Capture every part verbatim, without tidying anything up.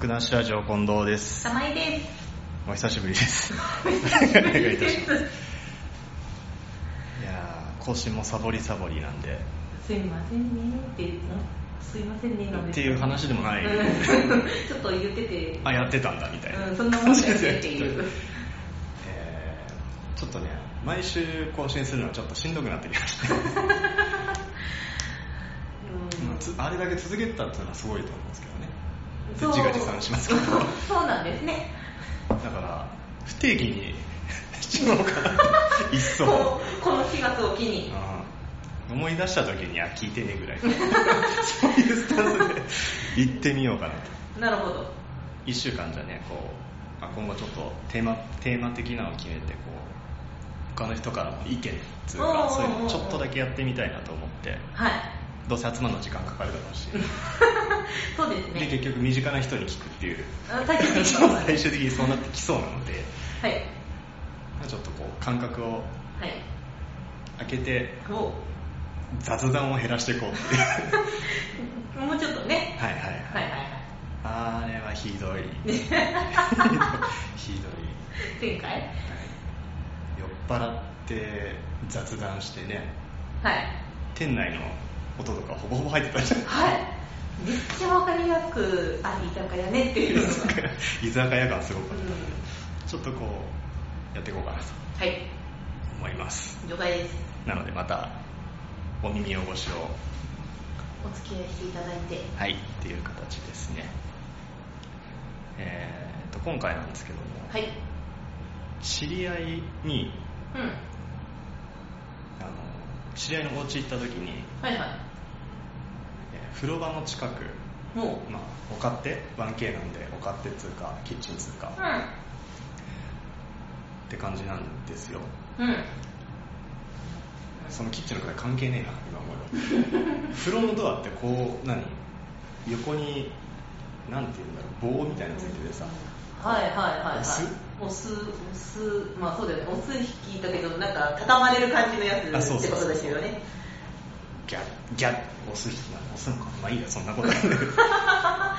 くなしラジオ近藤です。 玉井です。 お久しぶりです。 お久しぶりです。 いや更新もサボりサボりなんで。 すいませんねって言うの。すいませんねなんですっていう話でもない。 ちょっと言ってて。 あ、やってたんだみたいな。 うん、そんなもんだよねっていう。 えー、ちょっとね、毎週更新するのはちょっとしんどくなってきました。うん、あれだけ続けてたっていうのはすごいと思うんですけどね。自画自賛しますけど。 そうなんですね。 だから不定期にしようかな。一層こ, このしがつを機に、 うん、思い出した時には聞いてねぐらい。そういうスタンスで行ってみようかなと。 なるほど。 いっしゅうかんじゃね、こう、あ、今後ちょっとテーマテーマ的なのを決めて、こう他の人からの意見つうか、そういうのをちょっとだけやってみたいなと思って。 はい。 どうせ集まるの時間かかるだろうし。 そうですね。 で結局身近な人に聞くっていう。 最終的に最終的にそうなってきそうなので。 はい。 ちょっとこう感覚を開けて、 はい、 雑談を減らしていこうっていう。 もうちょっとね。 はいはいはい。はいはいはい、あれはひどい。ひどい。 前回、はい、 酔っ払って雑談してね。 はい。 店内の音とかほぼほぼ入ってたじゃん。 はい。めっちゃわかりやすく、あ、居酒屋ねっていうのが。 居酒屋感すごく、うん、ちょっとこうやっていこうかなと。 はい。 思います。 了解です。 なのでまたお耳汚しをお付き合いしていただいて、 はいっていう形ですね。えー、と今回なんですけども、 はい、 知り合いに、 うん、 あの知り合いのお家行った時に、 はいはい、 えー、風呂場の近く、 もう、 まあ、お勝手 ワンケー なんでお勝手っつうかキッチンつうか、 うん、 って感じなんですよ。 うん。 そのキッチンのくらい関係ねえな今思う。風呂のドアってこう何横になんていうんだろう棒みたいなのついててさ、 はいはいはいはい。押す押す押すまあそうだよね。押す引きだけどなんか畳まれる感じのやつってことですよね。 ギャッギャッ押す引きなの押すのかまあいいやそんなことなんだけど。 はい。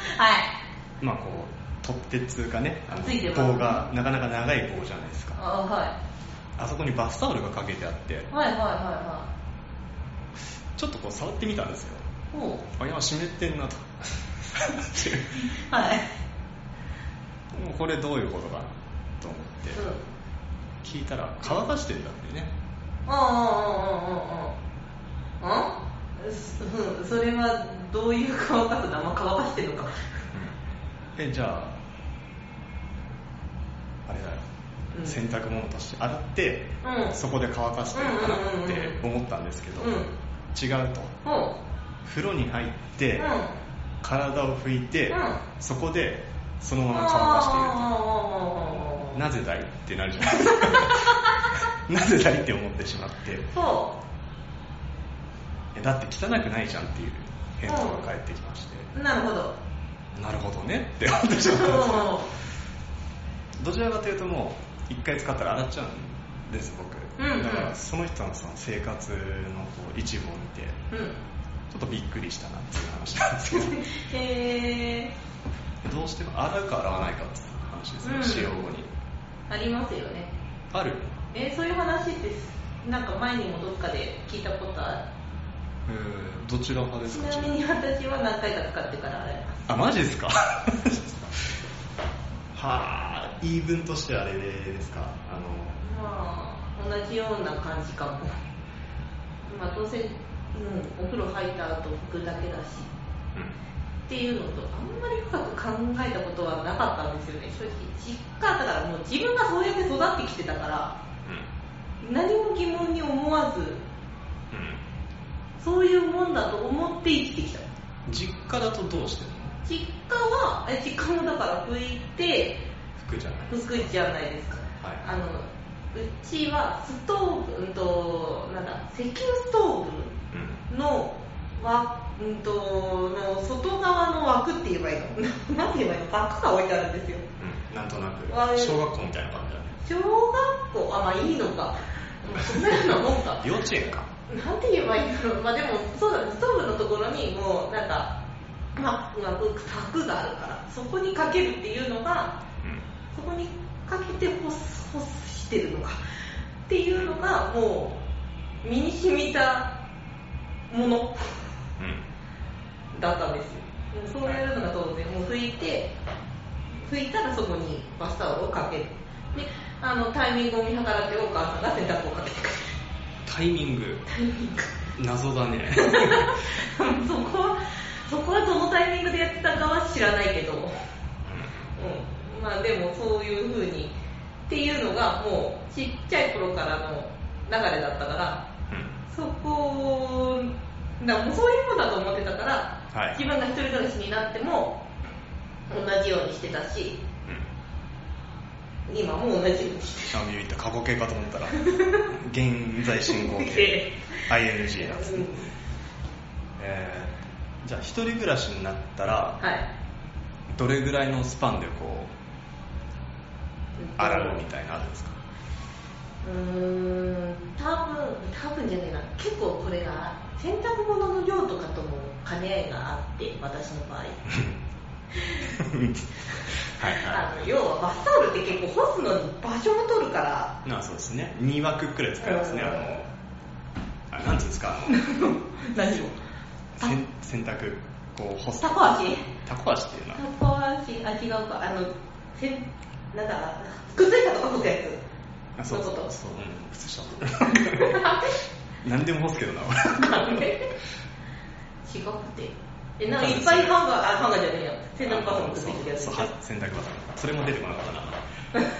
まあこう取っ手っつうかね、あのついてます、 棒がなかなか長い棒じゃないですか。 あ、はい。 あそこにバスタオルがかけてあって、 はいはいはいはい。ちょっとこう触ってみたんですよ。 おあ、いや湿ってんなと。 はい。 もうこれどういうことかなと思って、うん、聞いたら乾かしてんだってね。 ああああああああうん、それはどういう乾かすの？あんま乾かしてるのか。 うん、えじゃああれだよ、うん、洗濯物として洗って、うん、そこで乾かしてるのかなって思ったんですけど、うん、違うと、うん、風呂に入って、うん、体を拭いて、うん、そこでそのまま乾かしていると。なぜだいってなるじゃないですか。なぜだいって思ってしまって、そうだって汚くないじゃんっていう返答が返ってきまして、 うん、なるほどなるほどねって思ってしまったんですよ。どちらかというともう一回使ったら洗っちゃうんです僕、うんうん、だからその人のその生活のこう一部を見て、うん、ちょっとびっくりしたなっていう話なんですけど。 へー、どうしても洗うか洗わないかっていう話ですね、うん、使用後にありますよね。 ある？ えー、そういう話ってなんか前にもどっかで聞いたことある？ えー、どちら派ですか？ ちなみに私は何回か使ってから洗います。 あ、マジですか？はぁ、言い分としてあれですか？あのまあ同じような感じかも。まあどうせ、うん、お風呂入った後拭くだけだし、うん、っていうのとあんまり深く考えたことはなかったんですよね。正直実家だからもう自分がそうやって育ってきてたから、うん、何も疑問に思わず、うん、そういうもんだと思って生きてきた。 実家だとどうしてるの？ 実家はえ実家もだから拭いて拭くじゃないですか。 拭くじゃないですか、はい、あのうちはストーブ、うんとなんだ石油ストーブの、うんわうん、との外側の枠って言えばいいのなんて言えばいいの枠が置いてあるんですよ、 うん、なんとなく小学校みたいな感じだね。 小学校あまあいいのかそんなようなもんか。 幼稚園かなんて言えばいいんだろう。まあでもそうだね、ストーブのところにもうなんかまあ、柵があるからそこにかけるっていうのが、うん、そこにかけて干す、干してるのかっていうのがもう身に染みたもの、うん、だったんですよ。そうやるのが当然、もう拭いて拭いたらそこにバスタオルをかける。で、あのタイミングを見計らってお母さんが洗濯をかけてくれる。 タイミングタイミング謎だねそこはそこはどのタイミングでやってたかは知らないけど、うんうん、まあでもそういう風にっていうのがもうちっちゃい頃からの流れだったから、うん、そこだもうそういうものだと思ってたから、はい、自分が一人暮らしになっても同じようにしてたし、うん、今も同じようにしてる。あ、言った過去形かと思ったら現在進行形アイエヌジー なんですね、うんえーじゃあ一人暮らしになったら、はい、どれぐらいのスパンでこう洗うみたいなのあるんですか？ うーん多分多分じゃないな結構これが洗濯物の量とかとも兼ね合いがあって私の場合はい、はい、あの要はバスタオルって結構干すのに場所も取るからあそうですねにわくくらい使いますね、うん、あのあなんていうんですか何を洗, 洗濯こう干すタコ足タコ足っていうのはタコ足あ違うかあのせなんだ靴下とか干すやつあそうそうそうそう、うん、靴下何でも干すけどななんで違くてえなんかいっぱいハンガーあハンガーじゃねえよ洗濯バサミついてるやつそう洗濯バサミそれも出てこなかったな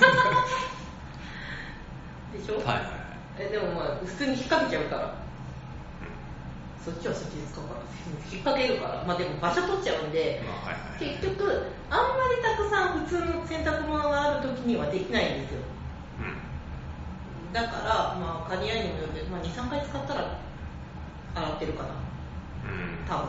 でしょ、はいはいはい、 えでもまあ普通に引っ掛けちゃうからそっちはそっちで使うから引っ掛けるから、まあ、でも場所取っちゃうんで、まあはいはい、結局あんまりたくさん普通の洗濯物がある時にはできないんですよ、うん、だから、まあ、カニ合いにもよるけど、まあ、にさんかい使ったら洗ってるかな、うん、多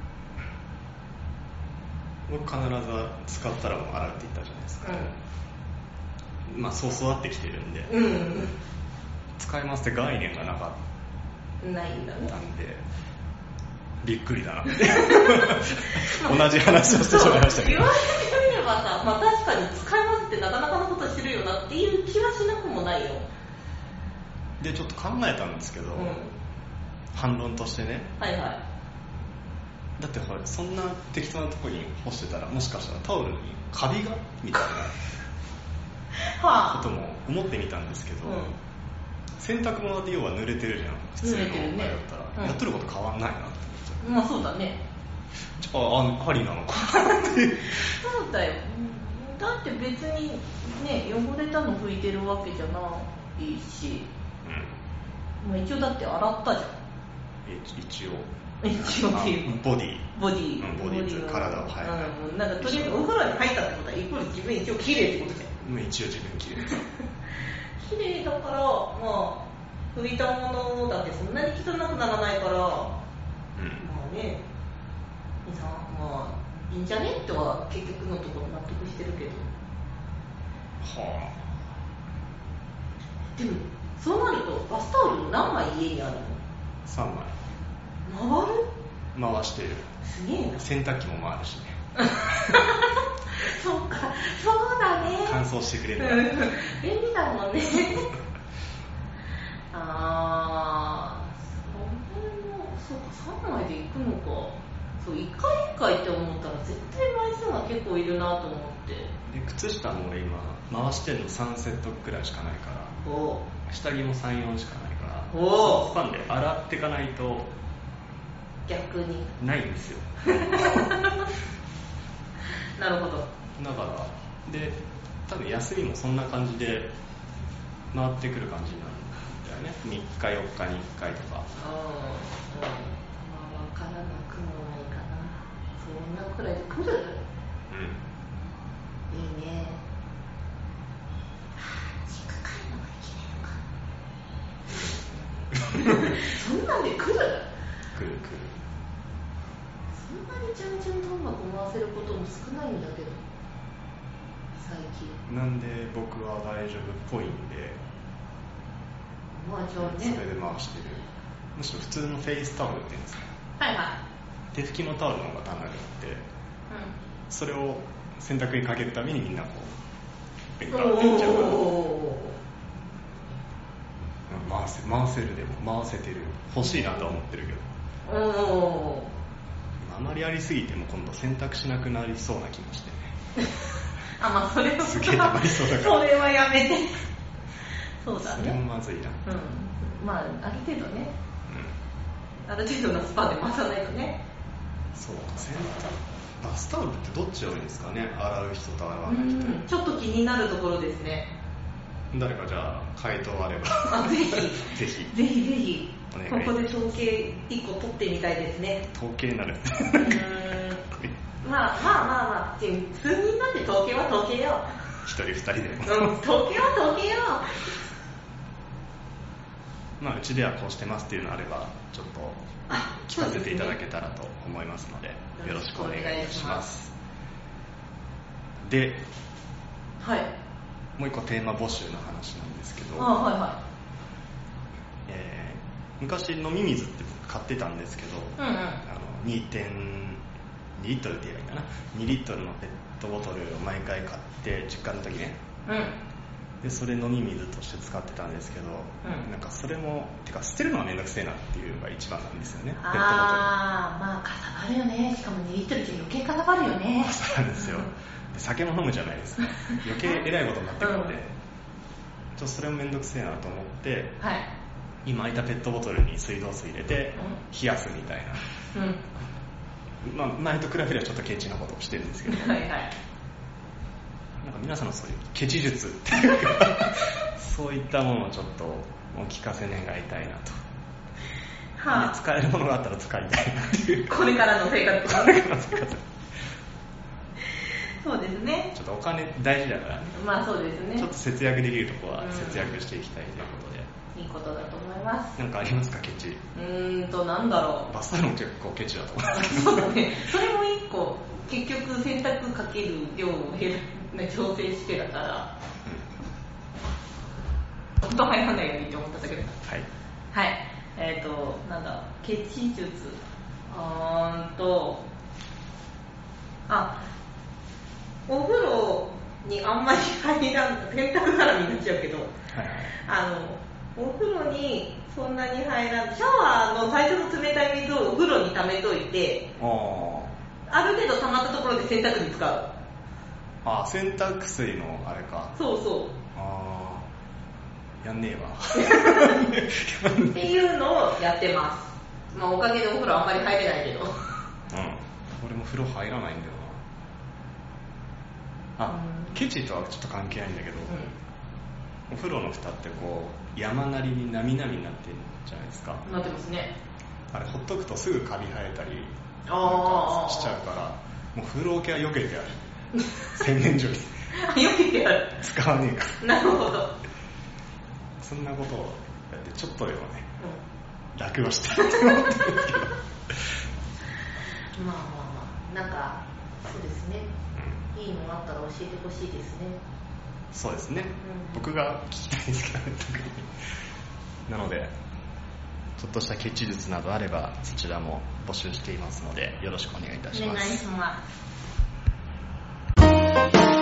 分僕必ず使ったらもう洗うって言ったじゃないですか、うん、まあそう育ってきてるんで、うんうん、使いますって概念がなかったないんだね。 なんでびっくりだなって同じ話をしてしまいましたけど言われてみればさ、まあ、確かに使いますってなかなかのことしてるよなっていう気はしなくもないよ。 でちょっと考えたんですけど、うん、反論としてね、 はいはい、 だってほらそんな適当なところに干してたらもしかしたらタオルにカビがみたいなことも思ってみたんですけど、うん洗濯物って要は濡れてるじゃん普通の場合だったら、ね、やっとること変わんないなって思っちゃう、 まあそうだねじゃあありなのかってそうだよだって別にね汚れたの拭いてるわけじゃないし、うんまあ、一応だって洗ったじゃん一応一応っていうボディボディ、 うん、ボディっていう体をはい、 うん、なんかとりあえずお風呂に入ったってことはイコール自分一応綺麗ってことじゃん一応自分綺麗綺麗だから、まあ、拭いたものだってそんなに汚くならないから、うん、まあね、まあ、いいんじゃねっては結局のところ納得してるけど。はあ。でも、そうなると、バスタオル何枚家にあるの？ さんまい。 回る？ 回してる。 すげえな。 洗濯機も回るしね。 そうか、そうだね。 乾燥してくれるから。 便利だもんね。あー、それも、そうか、さんまいで行くのか。そう、いっかいいっかいって思ったら絶対枚数が結構いるなと思って。 で、靴下も今、回してるのさんセットくらいしかないから、お下着もさん、よんしかないから、おスパンで洗っていかないと、 逆に。 ないんですよ。 なるほど。 だからで多分休みもそんな感じで回ってくる感じなんだよね。みっかよっかにいっかいとか。 ああ、うん、まあ分からなくもないかな。そんなくらいで来る？うん。いいね。はあ、実家帰るのがいけないのか。そんなんで来る？来る来る。 そんなにちゃんちゃんとうまく回せることも少ないんだけど最近なんで僕は大丈夫っぽいんで、 まあじゃあね、 それで回してる。むしろ普通のフェイスタオルって言うんですか、 はいはっ手拭きのタオルの方が棚にあって、うん、それを洗濯にかけるためにみんなこうベッターっていっちゃうから、回せ、回せるでも回せてる欲しいなとは思ってるけど、おあまりありすぎても今度洗濯しなくなりそうな気もしてねあ、まあそれはすげえ溜まりそうだからそれはやめてそうだね、 それもまずいな、 うん、まあある程度ね、うん、ある程度のスパンで回さないとね。 そうか、洗濯バスタオルってどっちが多いんですかね、洗う人と洗わない人。 ちょっと気になるところですね。 誰かじゃあ回答あればあ、ぜひぜひぜひぜひここで統計いっこ取ってみたいですね。 統計になるうーんまあまあまあまあ、数人なんて統計は統計よ。 一人二人でも、 うん、統計は統計よ。 まあうちではこうしてますっていうのあればちょっと聞かせていただけたらと思いますので、よろしくお願いいたします。で、 はい、 もう一個テーマ募集の話なんですけど、 あ、はいはい、 えー、昔飲み水って買ってたんですけど、うんうん、あの にてんに リットルって言えばいいかな、にリットルのペットボトルを毎回買って実家の時ね、うん、でそれ飲み水として使ってたんですけど、うん、なんかそれもてか捨てるのがめんどくせえなっていうのが一番なんですよね。ペットボトル、 ああ、まあかさばるよね。しかもにリットルって余計かさばるよね。 そうなんですよ。で酒も飲むじゃないですか。余計えらいことになってくるので、うん、ちょっとそれもめんどくせえなと思って、はい、今空いたペットボトルに水道水入れて冷やすみたいな、うんまあ、前と比べればちょっとケチなことをしてるんですけど、はいはい、なんか皆さんのそういうケチ術っていうかそういったものをちょっとお聞かせ願いたいなと、はあ、使えるものがあったら使いたいなっていうこれからの生活これからの生活そうですね、 ちょっとお金大事だからね、 まあそうですね、 ちょっと節約できるところは節約していきたいということで、 うん、いいことだと思います。 なんかありますか、ケチ。 うーんとなんだろう、 バスタオルも結構ケチだと思いますけどそうだね、それも一個結局洗濯かける量を減ら、ね、調整してだから、本当入らないようにって思ったんだけど、はいはい、えっ、ー、となんだケチ術、あーんとあお風呂にあんまり入らん、洗濯絡みになっちゃうけど、はい、あのお風呂にそんなに入らん、シャワーの最初の冷たい水をお風呂に溜めといて、ある程度溜まったところで洗濯に使う。 ああ、洗濯水のあれか。 そうそう。 ああ、やんねえわっていうのをやってます。まあおかげでお風呂あんまり入れないけど。うん。 俺も風呂入らないんだよな。あ、うん、ケチとはちょっと関係ないんだけど、うん、お風呂の蓋ってこう山なりになみなみになってるじゃないですか。なってますね。あれほっとくとすぐカビ生えたりなんかしちゃうから、もう風呂桶は避けてある。洗面所に避けてある。 使わねえから。 なるほど。 そんなことをやってちょっとでもね、うん、楽はしたいと思ってるんですけど。まあまあまあ、なんかそうですね。うん、いいのがあったら教えてほしいですね。 そうですね。うん、僕が聞きたいですけどね、特に。なので、ちょっとしたケチ術などあればそちらも募集していますのでよろしくお願いいたします。 お願いします。